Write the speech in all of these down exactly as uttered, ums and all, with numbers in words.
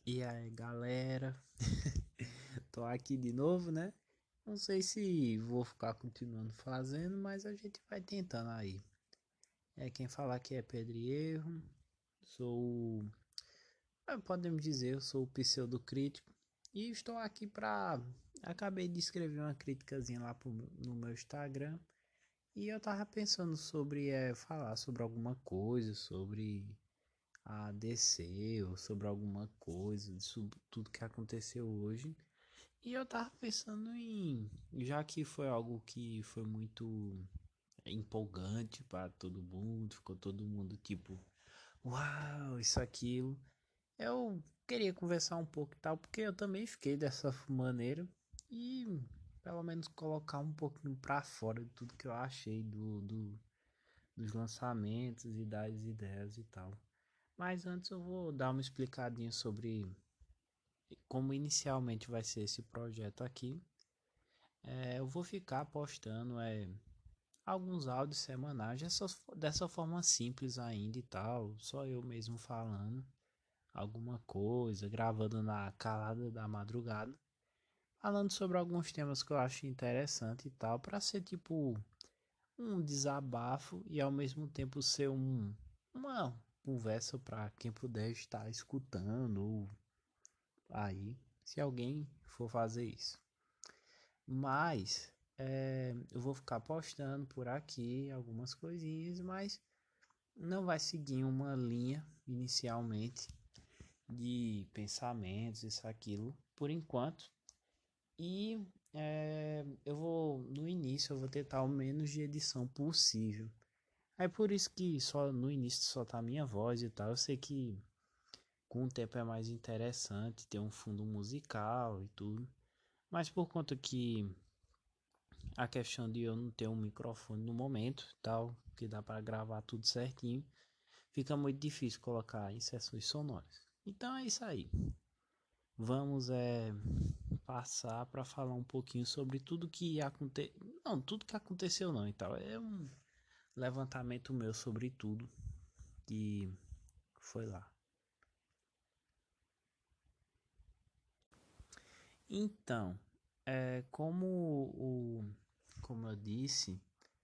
E aí, galera, tô aqui de novo, né? Não sei se vou ficar continuando fazendo, mas a gente vai tentando aí. É quem falar aqui é Pedro Erro, sou, ah, podemos dizer, eu sou o pseudocrítico e estou aqui pra. Acabei de escrever uma criticazinha lá pro, no meu Instagram e eu tava pensando sobre é, falar sobre alguma coisa, sobre a D C ou sobre alguma coisa, sobre tudo que aconteceu hoje. E eu tava pensando em, já que foi algo que foi muito empolgante para todo mundo, ficou todo mundo tipo, uau, isso aquilo. Eu queria conversar um pouco e tal, porque eu também fiquei dessa maneira e pelo menos colocar um pouquinho pra fora de tudo que eu achei do, do dos lançamentos e das ideias e tal. Mas antes eu vou dar uma explicadinha sobre como inicialmente vai ser esse projeto aqui. É, eu vou ficar postando é, alguns áudios semanais dessa, dessa forma simples ainda e tal, só eu mesmo falando alguma coisa, gravando na calada da madrugada, falando sobre alguns temas que eu acho interessante e tal, para ser tipo um desabafo e ao mesmo tempo ser um, uma conversa para quem puder estar escutando ou aí, se alguém for fazer isso. Mas é, eu vou ficar postando por aqui algumas coisinhas, mas não vai seguir uma linha inicialmente de pensamentos, isso, aquilo, por enquanto. E é, eu vou, no início, eu vou tentar o menos de edição possível. É por isso que só no início só tá a minha voz e tal. Eu sei que com o tempo é mais interessante ter um fundo musical e tudo. Mas por conta que a questão de eu não ter um microfone no momento, tal, que dá para gravar tudo certinho, fica muito difícil colocar inserções sonoras. Então é isso aí. Vamos é passar para falar um pouquinho sobre tudo que aconteceu, não, tudo que aconteceu não e tal. É um levantamento meu sobre tudo que foi lá. Então, é como o como eu disse,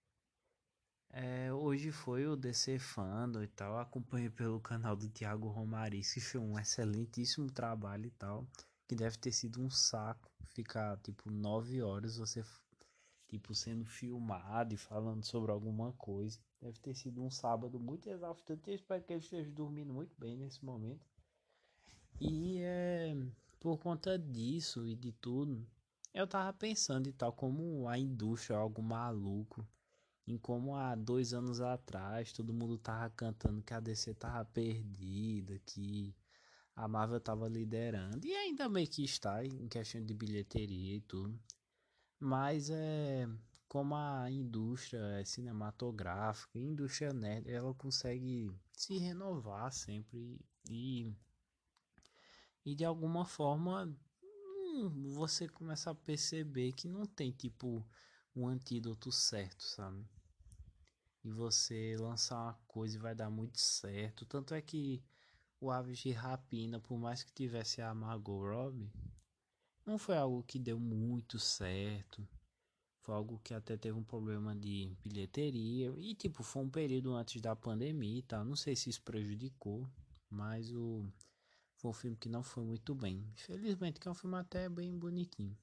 é, hoje foi o D C Fandom e tal. Acompanhei pelo canal do Thiago Romariz, que fez um excelentíssimo trabalho e tal. Que deve ter sido um saco ficar tipo nove horas você tipo sendo filmado e falando sobre alguma coisa. Deve ter sido um sábado muito exaustivo. Eu espero que ele esteja dormindo muito bem nesse momento. E é por conta disso e de tudo, eu tava pensando e tal, como a indústria é algo maluco em como há dois anos atrás todo mundo tava cantando que a D C tava perdida, que a Marvel tava liderando, e ainda meio que está em questão de bilheteria e tudo. Mas é como a indústria é cinematográfica, a indústria nerd, ela consegue se renovar sempre e, e de alguma forma hum, você começa a perceber que não tem tipo um antídoto certo, sabe? E você lançar uma coisa e vai dar muito certo. Tanto é que o Aves de Rapina, por mais que tivesse a Margot Robbie, não foi algo que deu muito certo. Foi algo que até teve um problema de bilheteria. E tipo, foi um período antes da pandemia e tal. Não sei se isso prejudicou, mas o foi um filme que não foi muito bem. Infelizmente, que é um filme até bem bonitinho.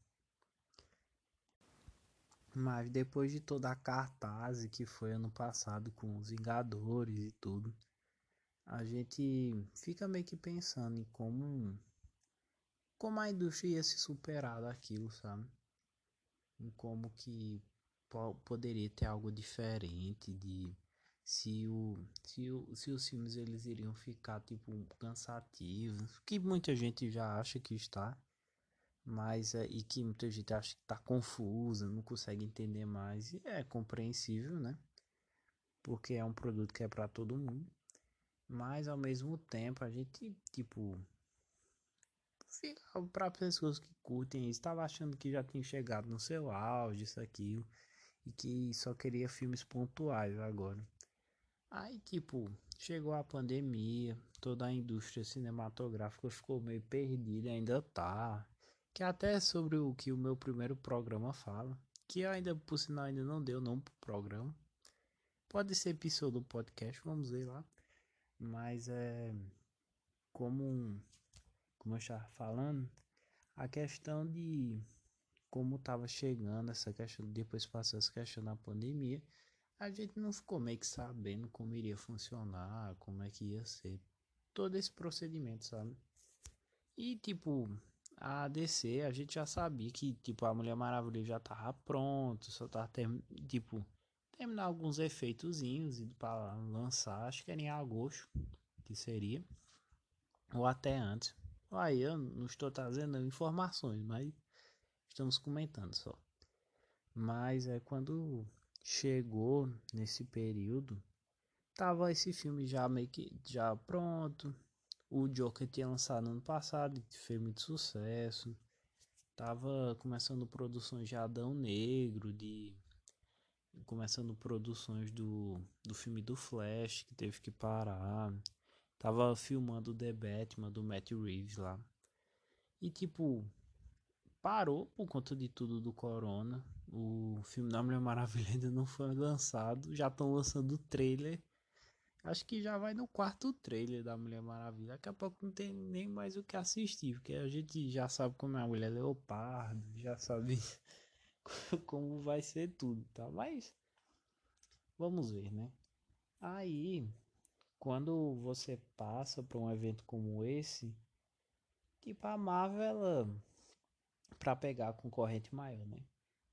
Mas depois de toda a cartaz que foi ano passado com os Vingadores e tudo, a gente fica meio que pensando em como, como a indústria ia se superar daquilo, sabe? Em como que po poderia ter algo diferente de se o, se o se os filmes eles iriam ficar tipo cansativos, que muita gente já acha que está, mas é, e que muita gente acha que está confusa, não consegue entender mais, e é compreensível, né? Porque é um produto que é para todo mundo. Mas ao mesmo tempo a gente, tipo, fica para pessoas que curtem isso, estava achando que já tinha chegado no seu auge, isso, aquilo, e que só queria filmes pontuais agora. Aí, tipo, chegou a pandemia, toda a indústria cinematográfica ficou meio perdida, ainda tá. Que até é sobre o que o meu primeiro programa fala. Que ainda, por sinal, ainda não deu nome pro programa. Pode ser episódio do podcast, vamos ver lá. Mas é como, um- como eu estava falando, a questão de como tava chegando essa questão, depois passou essa questão da pandemia, a gente não ficou meio que sabendo como iria funcionar, como é que ia ser todo esse procedimento, sabe? E tipo, a D C a gente já sabia que tipo a Mulher Maravilha já tava pronto, só tava term... tipo terminar alguns efeitozinhos para lançar, acho que era em agosto que seria, ou até antes. Aí eu não estou trazendo informações, mas estamos comentando só. Mas é quando chegou nesse período, tava esse filme já meio que já pronto. O Joker tinha lançado no ano passado e fez muito sucesso. Tava começando produções de Adão Negro, de começando produções do, do filme do Flash, que teve que parar. Tava filmando o The Batman do Matt Reeves lá. E tipo, parou por conta de tudo do Corona. O filme da Mulher Maravilha ainda não foi lançado. Já estão lançando o trailer. Acho que já vai no quarto trailer da Mulher Maravilha. Daqui a pouco não tem nem mais o que assistir, porque a gente já sabe como é a Mulher Leopardo, já sabe como vai ser tudo, tá? Mas vamos ver, né? Aí, quando você passa para um evento como esse, tipo a Marvel, ela, pra pegar a concorrente maior, né?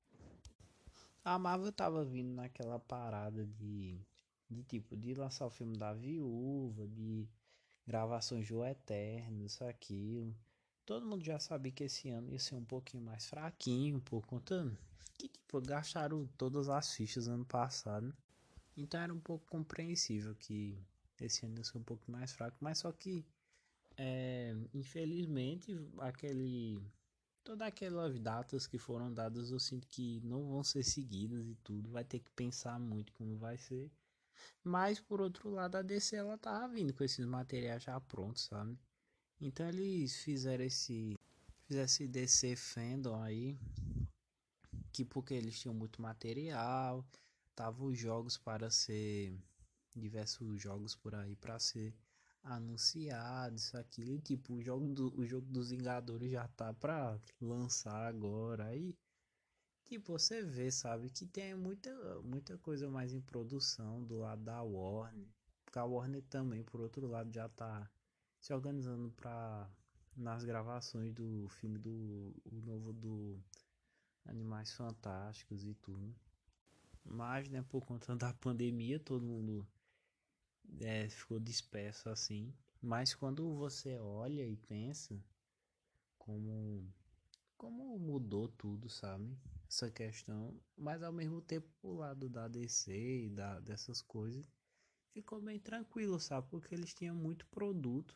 A Marvel tava vindo naquela parada de, de tipo, de lançar o filme da Viúva, de gravações do Eterno, isso, aquilo. Todo mundo já sabia que esse ano ia ser um pouquinho mais fraquinho, por conta que, tipo, gastaram todas as fichas ano passado. Então era um pouco compreensível que esse ano ia ser um pouco mais fraco, mas só que, é, infelizmente, aquele todas aquelas datas que foram dadas eu sinto que não vão ser seguidas e tudo, vai ter que pensar muito como vai ser. Mas por outro lado, a D C ela tava vindo com esses materiais já prontos, sabe? Então eles fizeram esse fizeram esse D C Fandom aí, que porque eles tinham muito material, tava os jogos para ser diversos jogos por aí para ser anunciados, isso aquilo, e tipo, o jogo do o jogo dos Vingadores já tá para lançar agora aí. Tipo, você vê, sabe, que tem muita, muita coisa mais em produção do lado da Warner. Porque a Warner também, por outro lado, já tá se organizando para nas gravações do filme do o novo do Animais Fantásticos e tudo. Mas, né, por conta da pandemia, todo mundo é, ficou disperso assim. Mas quando você olha e pensa como como mudou tudo, sabe? Essa questão, mas ao mesmo tempo o lado da D C e da, dessas coisas ficou bem tranquilo, sabe? Porque eles tinham muito produto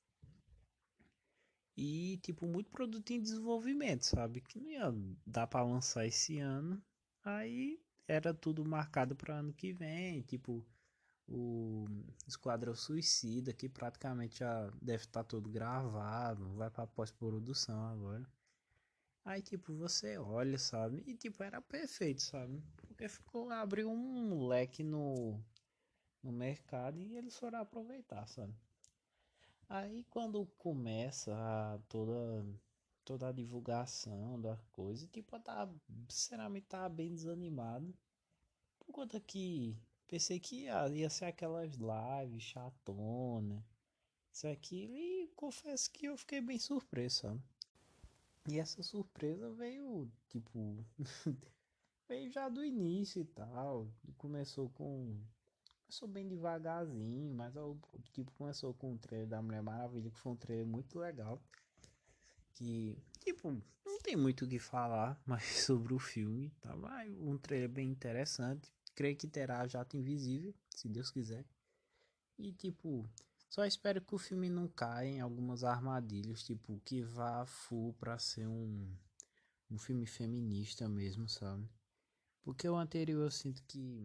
e, tipo, muito produto em desenvolvimento, sabe? Que não ia dar pra lançar esse ano. Aí era tudo marcado para ano que vem, tipo, o Esquadrão Suicida, que praticamente já deve estar todo gravado, vai pra pós-produção agora. Aí, tipo, você olha, sabe? E, tipo, era perfeito, sabe? Porque ficou, abriu um leque no, no mercado e eles foram aproveitar, sabe? Aí, quando começa a toda, toda a divulgação da coisa, tipo, eu tava, sinceramente, tava bem desanimado. Por conta que pensei que ia, ia ser aquelas lives chatona, isso aquilo, e confesso que eu fiquei bem surpreso, sabe? E essa surpresa veio, tipo, veio já do início e tal. Começou com. Começou bem devagarzinho, mas o tipo começou com o trailer da Mulher Maravilha, que foi um trailer muito legal. Que, tipo, não tem muito o que falar mais sobre o filme, tá? Mas um trailer bem interessante. Creio que terá Jato Invisível, se Deus quiser. E, tipo, só espero que o filme não caia em algumas armadilhas, tipo, que vá full pra ser um, um filme feminista mesmo, sabe? Porque o anterior eu sinto que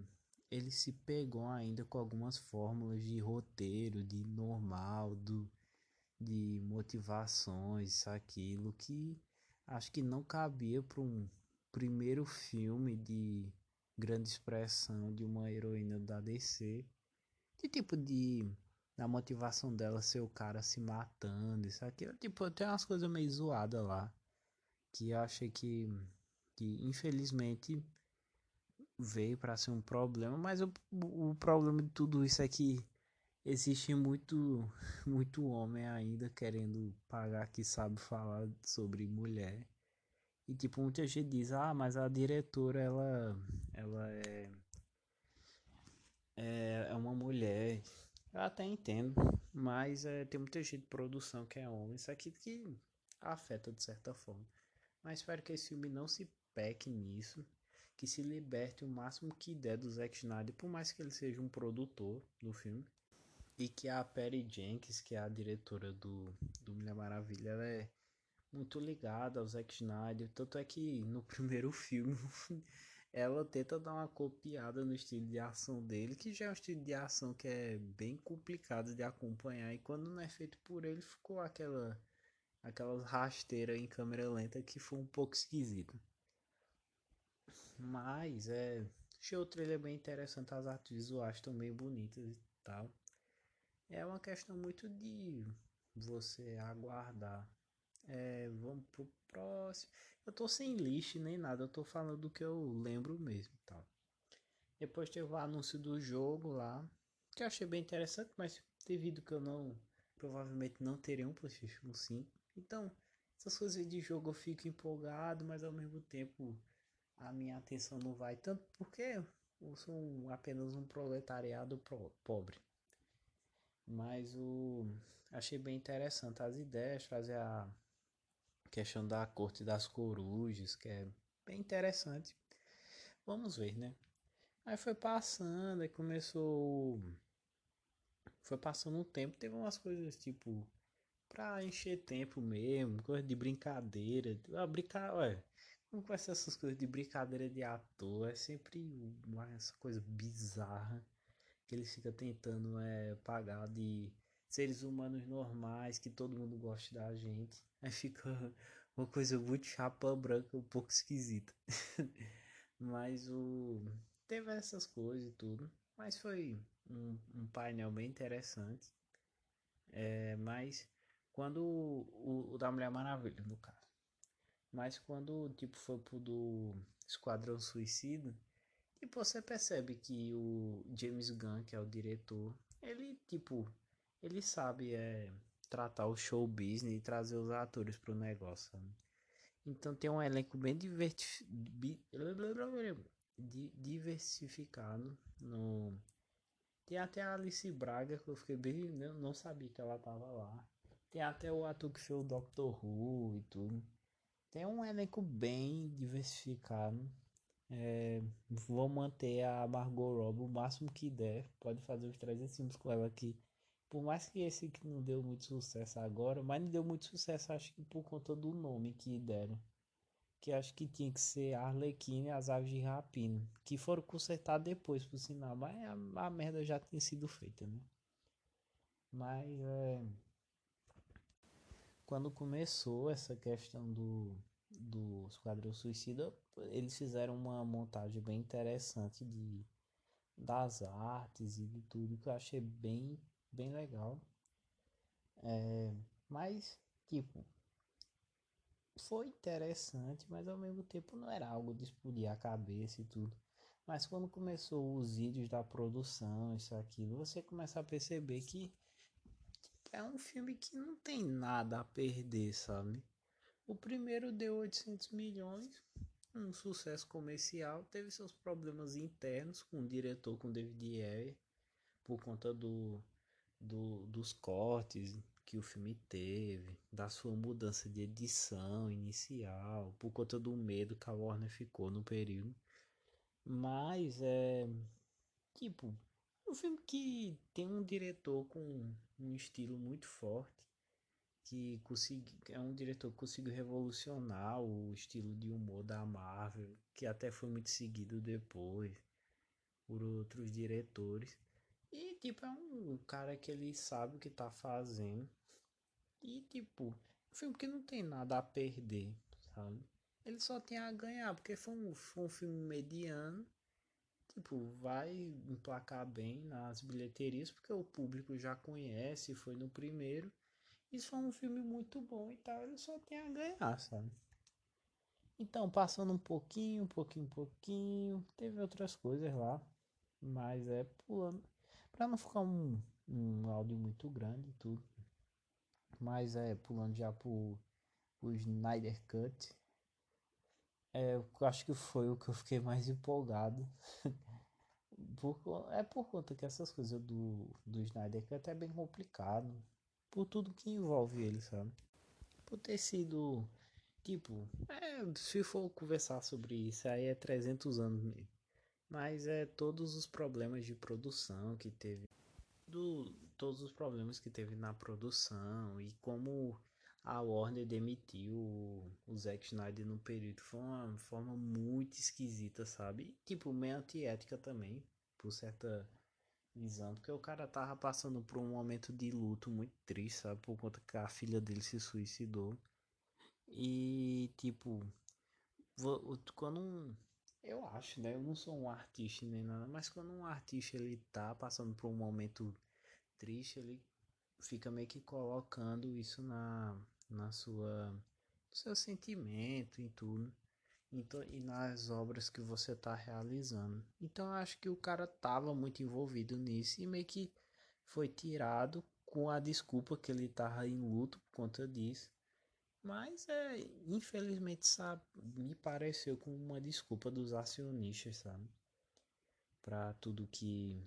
ele se pegou ainda com algumas fórmulas de roteiro, de normal, do, de motivações, isso, aquilo, que acho que não cabia para um primeiro filme de grande expressão de uma heroína da D C. Que tipo de. Da motivação dela ser o cara se matando, isso aqui. Tipo, tem umas coisas meio zoadas lá. Que eu achei que. Que infelizmente veio para ser um problema. Mas o, o problema de tudo isso é que existe muito. Muito homem ainda querendo pagar que sabe falar sobre mulher. E tipo, muita gente diz, ah, mas a diretora ela. Ela é. É, é uma mulher. Eu até entendo, mas é, tem muita gente de produção que é homem. Isso aqui que afeta de certa forma. Mas espero que esse filme não se peque nisso. Que se liberte o máximo que der do Zack Snyder, por mais que ele seja um produtor do filme. E que a Patty Jenkins, que é a diretora do, do Mulher Maravilha, ela é muito ligada ao Zack Snyder. Tanto é que no primeiro filme ela tenta dar uma copiada no estilo de ação dele, que já é um estilo de ação que é bem complicado de acompanhar. E quando não é feito por ele, ficou aquela aquelas rasteiras em câmera lenta que foi um pouco esquisito. Mas é. Achei o trailer bem interessante, as artes visuais estão bem bonitas e tal. É uma questão muito de você aguardar. É, vamos pro próximo. Eu tô sem list nem nada, eu tô falando do que eu lembro mesmo, tal. Depois teve o anúncio do jogo lá, que eu achei bem interessante, mas devido que eu não, provavelmente não terei um PlayStation cinco. Então, essas coisas de jogo eu fico empolgado, mas ao mesmo tempo a minha atenção não vai tanto porque eu sou um, apenas um proletariado pro, pobre. Mas o achei bem interessante as ideias, trazer a questão da corte das corujas, que é bem interessante. Vamos ver, né? Aí foi passando, aí começou. Foi passando um tempo, teve umas coisas tipo. Pra encher tempo mesmo, coisa de brincadeira. Ah, brincar, ué. Como vai ser essas coisas de brincadeira de ator? É sempre uma essa coisa bizarra que eles ficam tentando é, pagar de seres humanos normais, que todo mundo gosta da gente. Aí fica uma coisa muito chapa branca, um pouco esquisita. Mas o. Teve essas coisas e tudo. Mas foi um, um painel bem interessante. É, mas quando o, o da Mulher Maravilha, no caso. Mas quando tipo foi pro do Esquadrão Suicida, tipo você percebe que o James Gunn, que é o diretor, ele tipo, ele sabe é tratar o show business e trazer os atores pro negócio, sabe? Então tem um elenco bem diverti bi- di- diversificado no. Tem até a Alice Braga, que eu fiquei bem. Não, não sabia que ela tava lá. Tem até o ator que fez o Doctor Who e tudo. Tem um elenco bem diversificado. É, vou manter a Margot Robbie o máximo que der. Pode fazer os trezentos filmes com ela aqui. Por mais que esse que não deu muito sucesso agora, mas não deu muito sucesso, acho que por conta do nome que deram. Que acho que tinha que ser Arlequina e as Aves de Rapina. Que foram consertar depois, por sinal. Mas a, a merda já tinha sido feita, né? Mas é, quando começou essa questão do, do Esquadrão Suicida, eles fizeram uma montagem bem interessante de, das artes e de tudo que eu achei bem, bem legal. É, mas, tipo, foi interessante, mas ao mesmo tempo não era algo de explodir a cabeça e tudo. Mas quando começou os vídeos da produção, isso, aquilo, você começa a perceber que é um filme que não tem nada a perder, sabe? O primeiro deu oitocentos milhões, um sucesso comercial, teve seus problemas internos com o diretor, com o David Ayer, por conta do, do, dos cortes que o filme teve, da sua mudança de edição inicial, por conta do medo que a Warner ficou no período. Mas é tipo um filme que tem um diretor com um estilo muito forte, que consegui, é um diretor que conseguiu revolucionar o estilo de humor da Marvel, que até foi muito seguido depois. por outros diretores. E, tipo, é um cara que ele sabe o que tá fazendo. E, tipo, um filme que não tem nada a perder, sabe? Ele só tem a ganhar, porque foi um, foi um filme mediano. Tipo, vai emplacar bem nas bilheterias, porque o público já conhece, foi no primeiro. Isso foi um filme muito bom e tal, ele só tem a ganhar, sabe? Então, passando um pouquinho, um pouquinho, um pouquinho, teve outras coisas lá, mas é pulando, pra não ficar um, um áudio muito grande e tudo, mas é pulando já pro, pro Snyder Cut, é, eu acho que foi o que eu fiquei mais empolgado, por, é por conta que essas coisas do, do Snyder Cut é bem complicado, por tudo que envolve ele, sabe? Por ter sido, tipo, é, se for conversar sobre isso, aí é trezentos anos mesmo. Mas é todos os problemas de produção que teve, do, todos os problemas que teve na produção e como a Warner demitiu o, o Zack Snyder no período foi uma forma muito esquisita, sabe? E, tipo, meio antiética também, por certa visão, porque o cara tava passando por um momento de luto muito triste, sabe? Por conta que a filha dele se suicidou. E, tipo, vou- quando um. Eu acho, né? Eu não sou um artista nem nada, mas quando um artista ele tá passando por um momento triste, ele fica meio que colocando isso na, na sua, no seu sentimento e tudo. Então, e nas obras que você tá realizando. Então eu acho que o cara tava muito envolvido nisso e meio que foi tirado com a desculpa que ele tava em luto por conta disso. Mas é, infelizmente, sabe, me pareceu com uma desculpa dos acionistas, sabe? Pra tudo que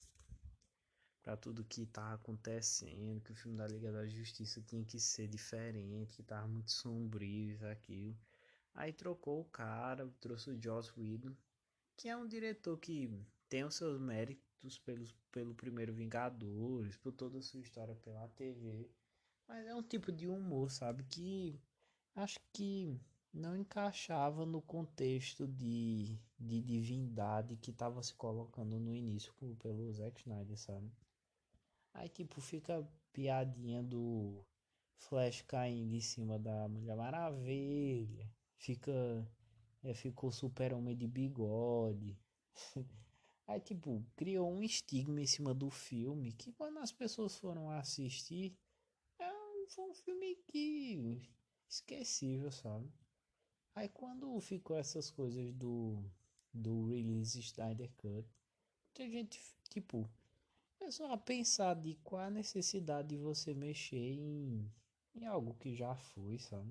para tudo que tá acontecendo, que o filme da Liga da Justiça tinha que ser diferente, que tava muito sombrio, isso aquilo. Aí trocou o cara, trouxe o Joss Whedon, que é um diretor que tem os seus méritos pelos, pelo primeiro Vingadores, por toda a sua história pela T V. Mas é um tipo de humor, sabe, que acho que não encaixava no contexto de, de divindade que estava se colocando no início com- pelo Zack Snyder, sabe? Aí, tipo, fica piadinha do Flash caindo em cima da Mulher Maravilha, fica, é, ficou Super-Homem de bigode. Aí, tipo, criou um estigma em cima do filme que quando as pessoas foram assistir, é um, foi um filme que esquecível, sabe? Aí quando ficou essas coisas do, do release Snyder Cut, tem gente, tipo, começou a pensar de qual a necessidade de você mexer em, em algo que já foi, sabe?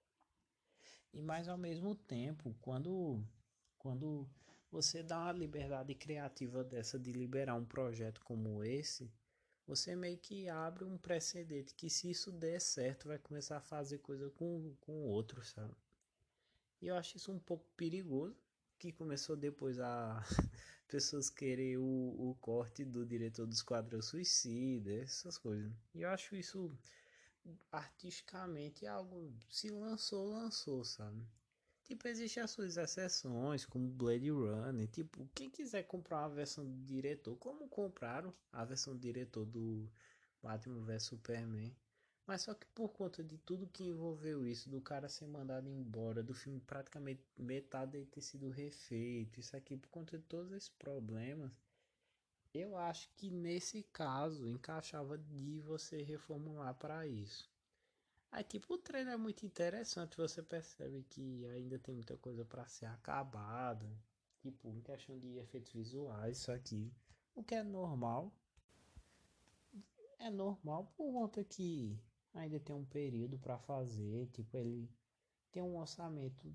E mais ao mesmo tempo, quando, quando você dá uma liberdade criativa dessa de liberar um projeto como esse, você meio que abre um precedente que se isso der certo, vai começar a fazer coisa com, com outros, sabe? E eu acho isso um pouco perigoso, que começou depois a pessoas querer o, o corte do diretor do Esquadrão Suicida, essas coisas. E eu acho isso artisticamente algo, se lançou, lançou, sabe? Tipo, existem as suas exceções, como Blade Runner, tipo, quem quiser comprar uma versão do diretor, como compraram a versão do diretor do Batman vs Superman, mas só que por conta de tudo que envolveu isso, do cara ser mandado embora, do filme praticamente metade dele ter sido refeito, isso aqui, por conta de todos esses problemas, eu acho que nesse caso encaixava de você reformular para isso. Aí, tipo, o trailer é muito interessante, você percebe que ainda tem muita coisa para ser acabada, tipo, em questão de efeitos visuais, isso aqui, o que é normal, é normal por conta que ainda tem um período para fazer, tipo, ele tem um orçamento.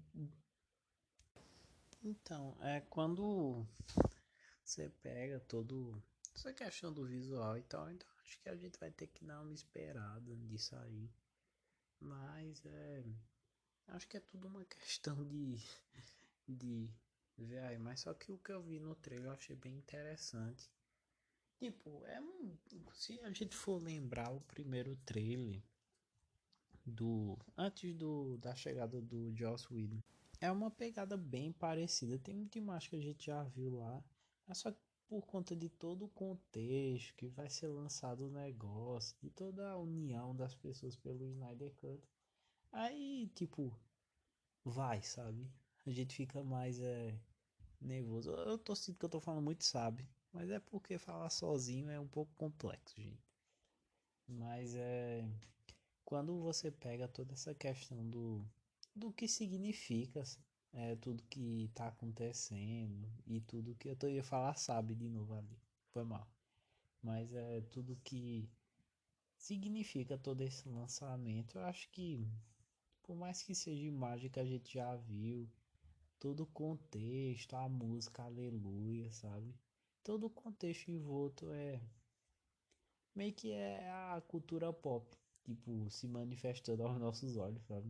Então, é quando você pega todo essa questão do visual e tal, então acho que a gente vai ter que dar uma esperada nisso aí. Mas é, acho que é tudo uma questão de de ver aí, mas só que o que eu vi no trailer eu achei bem interessante. Tipo, é um, se a gente for lembrar o primeiro trailer do antes do da chegada do Joss Whedon, é uma pegada bem parecida. Tem muita imagem que a gente já viu lá, É só que por conta de todo o contexto que vai ser lançado o negócio, de toda a união das pessoas pelo Snyder Cut, aí, tipo, vai, sabe? A gente fica mais é, nervoso. Eu tô sentindo que eu tô falando muito, sabe? Mas é porque falar sozinho é um pouco complexo, gente. Mas é. Quando você pega toda essa questão do, do que significa é, tudo que tá acontecendo e tudo que eu tô, ia falar, sabe, de novo ali. Foi mal. Mas é tudo que significa todo esse lançamento. Eu acho que, por mais que seja imagem que a gente já viu, todo o contexto, a música Aleluia, sabe? Todo o contexto envolto é meio que é a cultura pop, tipo, se manifestando aos nossos olhos, sabe?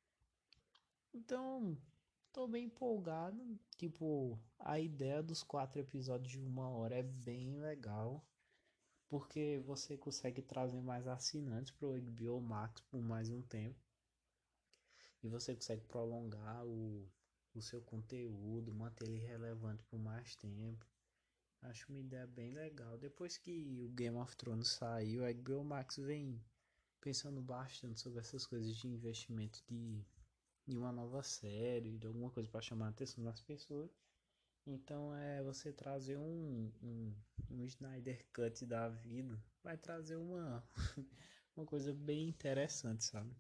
Então, tô bem empolgado. Tipo, a ideia dos quatro episódios de uma hora é bem legal, porque você consegue trazer mais assinantes pro H B O Max por mais um tempo. E você consegue prolongar o, o seu conteúdo, manter ele relevante por mais tempo. Acho uma ideia bem legal. Depois que o Game of Thrones saiu, o H B O Max vem pensando bastante sobre essas coisas de investimento de, de uma nova série, de alguma coisa para chamar a atenção das pessoas. Então é você trazer um, um, um Snyder Cut da vida, vai trazer uma, uma coisa bem interessante, sabe?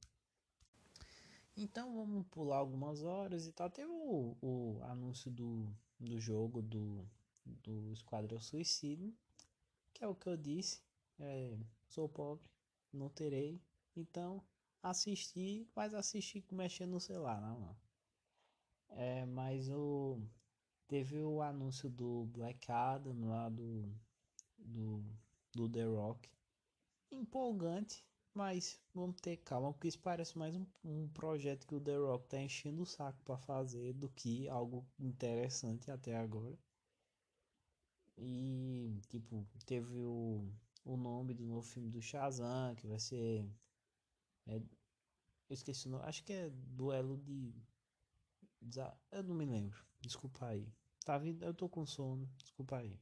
Então vamos pular algumas horas e tal. Teve o, o anúncio do, do jogo do, do Esquadrão Suicida, que é o que eu disse. É, sou pobre, não terei. Então assisti, mas assisti mexendo no celular, não. É, mas o teve o anúncio do Black Adam lá do, do, do The Rock. Empolgante, mas vamos ter calma, porque isso parece mais um, um projeto que o The Rock tá enchendo o saco para fazer do que algo interessante até agora. E, tipo, teve o, o nome do novo filme do Shazam, que vai ser. É, eu esqueci o nome, acho que é Duelo de. Eu não me lembro, desculpa aí. Tá vindo, eu tô com sono, desculpa aí.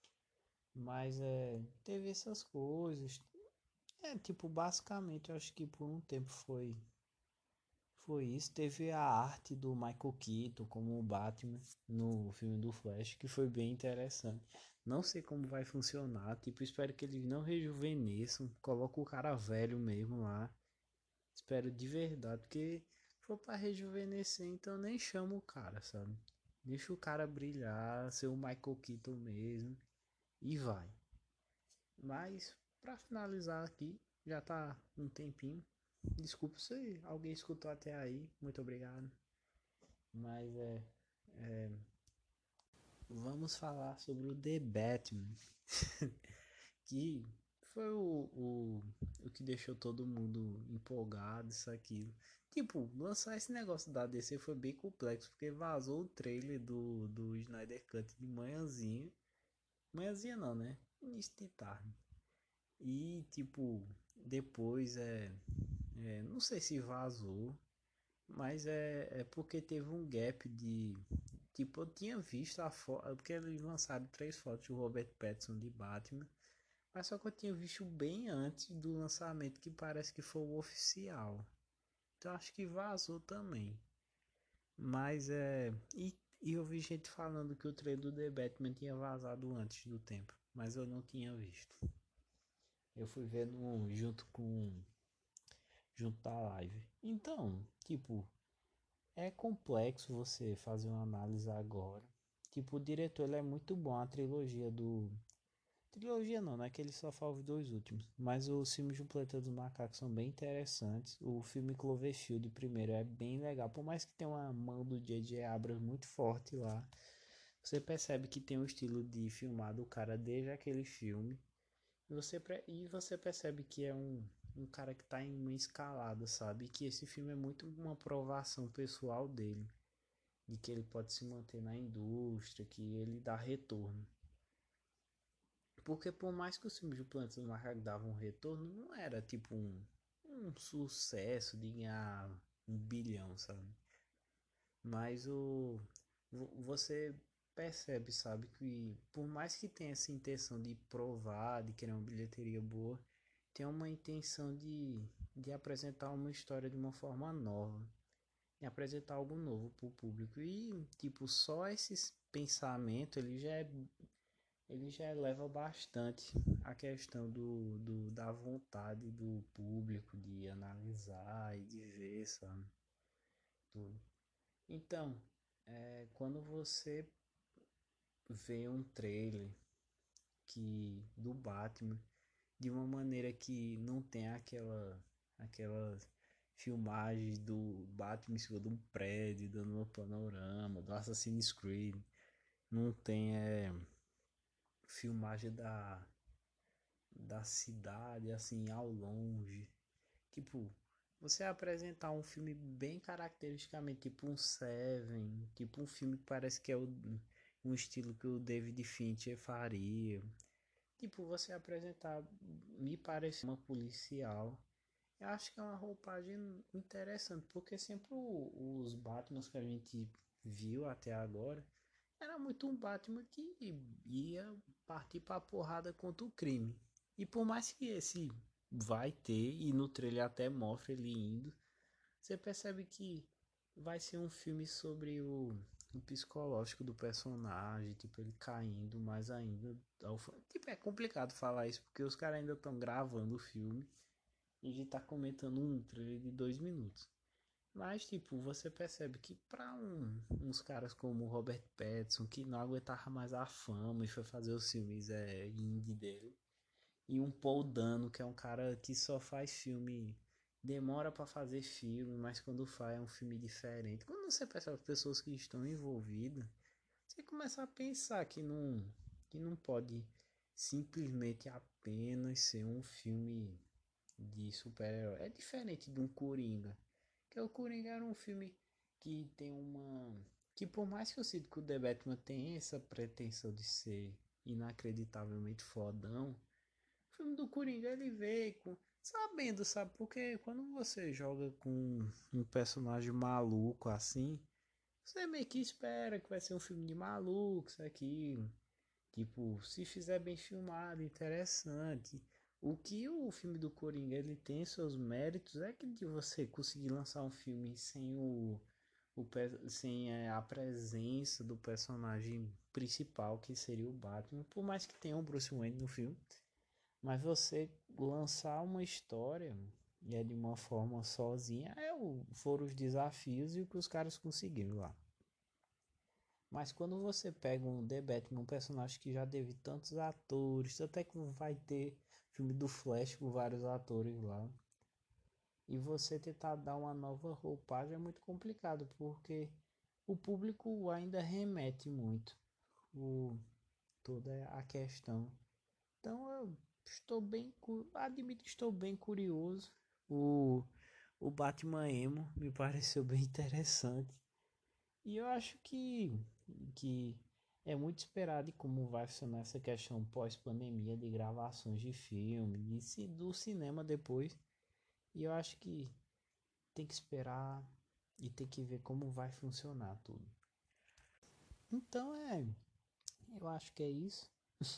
Mas é, teve essas coisas. É, tipo, basicamente, eu acho que por um tempo foi foi isso. Teve a arte do Michael Keaton como o Batman no filme do Flash, que foi bem interessante. Não sei como vai funcionar, tipo, espero que eles não rejuvenesçam, coloca o cara velho mesmo lá. Espero de verdade, porque se for pra rejuvenescer, então nem chama o cara, sabe? Deixa o cara brilhar, ser o Michael Keaton mesmo e vai. Mas, para finalizar aqui, já tá um tempinho. Desculpa se alguém escutou até aí, muito obrigado. Mas é, é vamos falar sobre o The Batman, que foi o, o, o que deixou todo mundo empolgado, isso aqui. Tipo, lançar esse negócio da D C foi bem complexo, porque vazou o trailer do, do Snyder Cut de manhãzinha. Manhãzinha não, né? Início de tarde. E, tipo, depois é, é. Não sei se vazou, mas é, é porque teve um gap de. Tipo, eu tinha visto a foto. Porque eles lançaram três fotos do Robert Pattinson de Batman. Mas só que eu tinha visto bem antes do lançamento, que parece que foi o oficial. Então acho que vazou também. Mas é. E, e eu vi gente falando que o trailer do The Batman tinha vazado antes do tempo. Mas eu não tinha visto. Eu fui vendo junto com junto da live. Então, tipo, é complexo você fazer uma análise agora. Tipo, o diretor ele é muito bom, a trilogia do. Trilogia não, não é que ele só faz os dois últimos. Mas os filmes de Planeta dos Macacos são bem interessantes. O filme Cloverfield primeiro é bem legal. Por mais que tenha uma mão do J J Abrams muito forte lá. Você percebe que tem um estilo de filmar do cara desde aquele filme. E você, e você percebe que é um, um cara que tá em uma escalada, sabe? E que esse filme é muito uma provação pessoal dele. De que ele pode se manter na indústria, que ele dá retorno. Porque por mais que os filmes do Planeta do Macaco davam retorno, não era tipo um, um sucesso de ganhar um bilhão, sabe? Mas o você percebe, sabe, que por mais que tenha essa intenção de provar, de querer uma bilheteria boa, tem uma intenção de, de apresentar uma história de uma forma nova, de apresentar algo novo para o público. E, tipo, só esse pensamento, ele já é, ele já eleva bastante a questão do, do, da vontade do público de analisar e de ver, sabe, tudo. Então, é, quando você vê um trailer que do Batman de uma maneira que não tem aquela aquelas filmagens do Batman em cima de um prédio, dando uma panorama, do Assassin's Creed, não tem é, filmagem da, da cidade assim ao longe. Tipo, você apresentar um filme bem caracteristicamente, tipo um Seven, tipo um filme que parece que é o, um estilo que o David Fincher faria. Tipo, você apresentar, me parece uma policial. Eu acho que é uma roupagem interessante, porque sempre o- os Batmans que a gente viu até agora era muito um Batman que ia partir pra porrada contra o crime. E por mais que esse vai ter, e no trailer até mostra ele indo, você percebe que vai ser um filme sobre o, o psicológico do personagem, tipo, ele caindo mais ainda. Ao, tipo, é complicado falar isso, porque os caras ainda estão gravando o filme e a gente tá comentando um trailer de dois minutos. Mas, tipo, você percebe que pra um, uns caras como o Robert Pattinson, que não aguentava mais a fama e foi fazer os filmes é, indie dele, e um Paul Dano, que é um cara que só faz filme, demora pra fazer filme, mas quando faz é um filme diferente. Quando você percebe as pessoas que estão envolvidas, você começa a pensar que não, que não pode simplesmente apenas ser um filme de super-herói. É diferente de um Coringa. Que o Coringa era um filme que tem uma. Que por mais que eu sinto que o The Batman tem essa pretensão de ser inacreditavelmente fodão, o filme do Coringa ele veio com. Sabendo, sabe? Porque quando você joga com um personagem maluco assim, você meio que espera que vai ser um filme de maluco, isso aqui. Tipo, se fizer bem filmado, interessante. O que o filme do Coringa ele tem seus méritos é que de você conseguir lançar um filme sem o, o sem é, a presença do personagem principal que seria o Batman, por mais que tenha um Bruce Wayne no filme, mas você lançar uma história e é de uma forma sozinha, é o, foram os desafios e o que os caras conseguiram lá. Mas quando você pega um The Batman, um personagem que já teve tantos atores, até que vai ter filme do Flash com vários atores lá, e você tentar dar uma nova roupagem é muito complicado, porque o público ainda remete muito o, toda a questão. Então eu estou bem, admito que estou bem curioso. O, o Batman Emo me pareceu bem interessante. E eu acho que, que é muito esperado de como vai funcionar essa questão pós-pandemia de gravações de filme, de, ci- do cinema depois. E eu acho que tem que esperar e tem que ver como vai funcionar tudo. Então é, eu acho que é isso.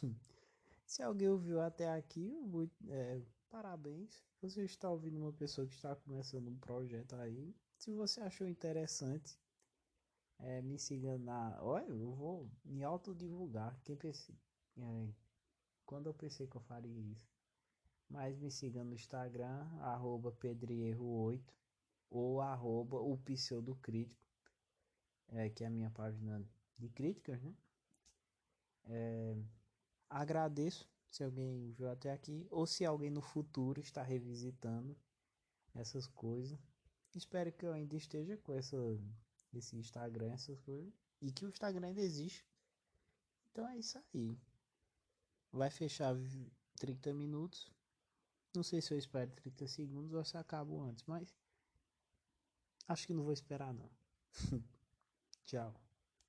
Se alguém ouviu até aqui, muito, é, parabéns. Você está ouvindo uma pessoa que está começando um projeto aí. Se você achou interessante, é, me siga na. Olha, eu vou me autodivulgar. Quem pense... é, quando eu pensei que eu faria isso. Mas me siga no Instagram, arroba pedrierro oito ou arroba o pseudocrítico, é, que é a minha página de críticas, né? Agradeço se alguém viu até aqui, ou se alguém no futuro está revisitando essas coisas. Espero que eu ainda esteja com essa, esse Instagram, essas coisas. E que o Instagram ainda existe. Então é isso aí. Vai fechar trinta minutos. Não sei se eu espero trinta segundos ou se acabo antes, mas acho que não vou esperar não. Tchau.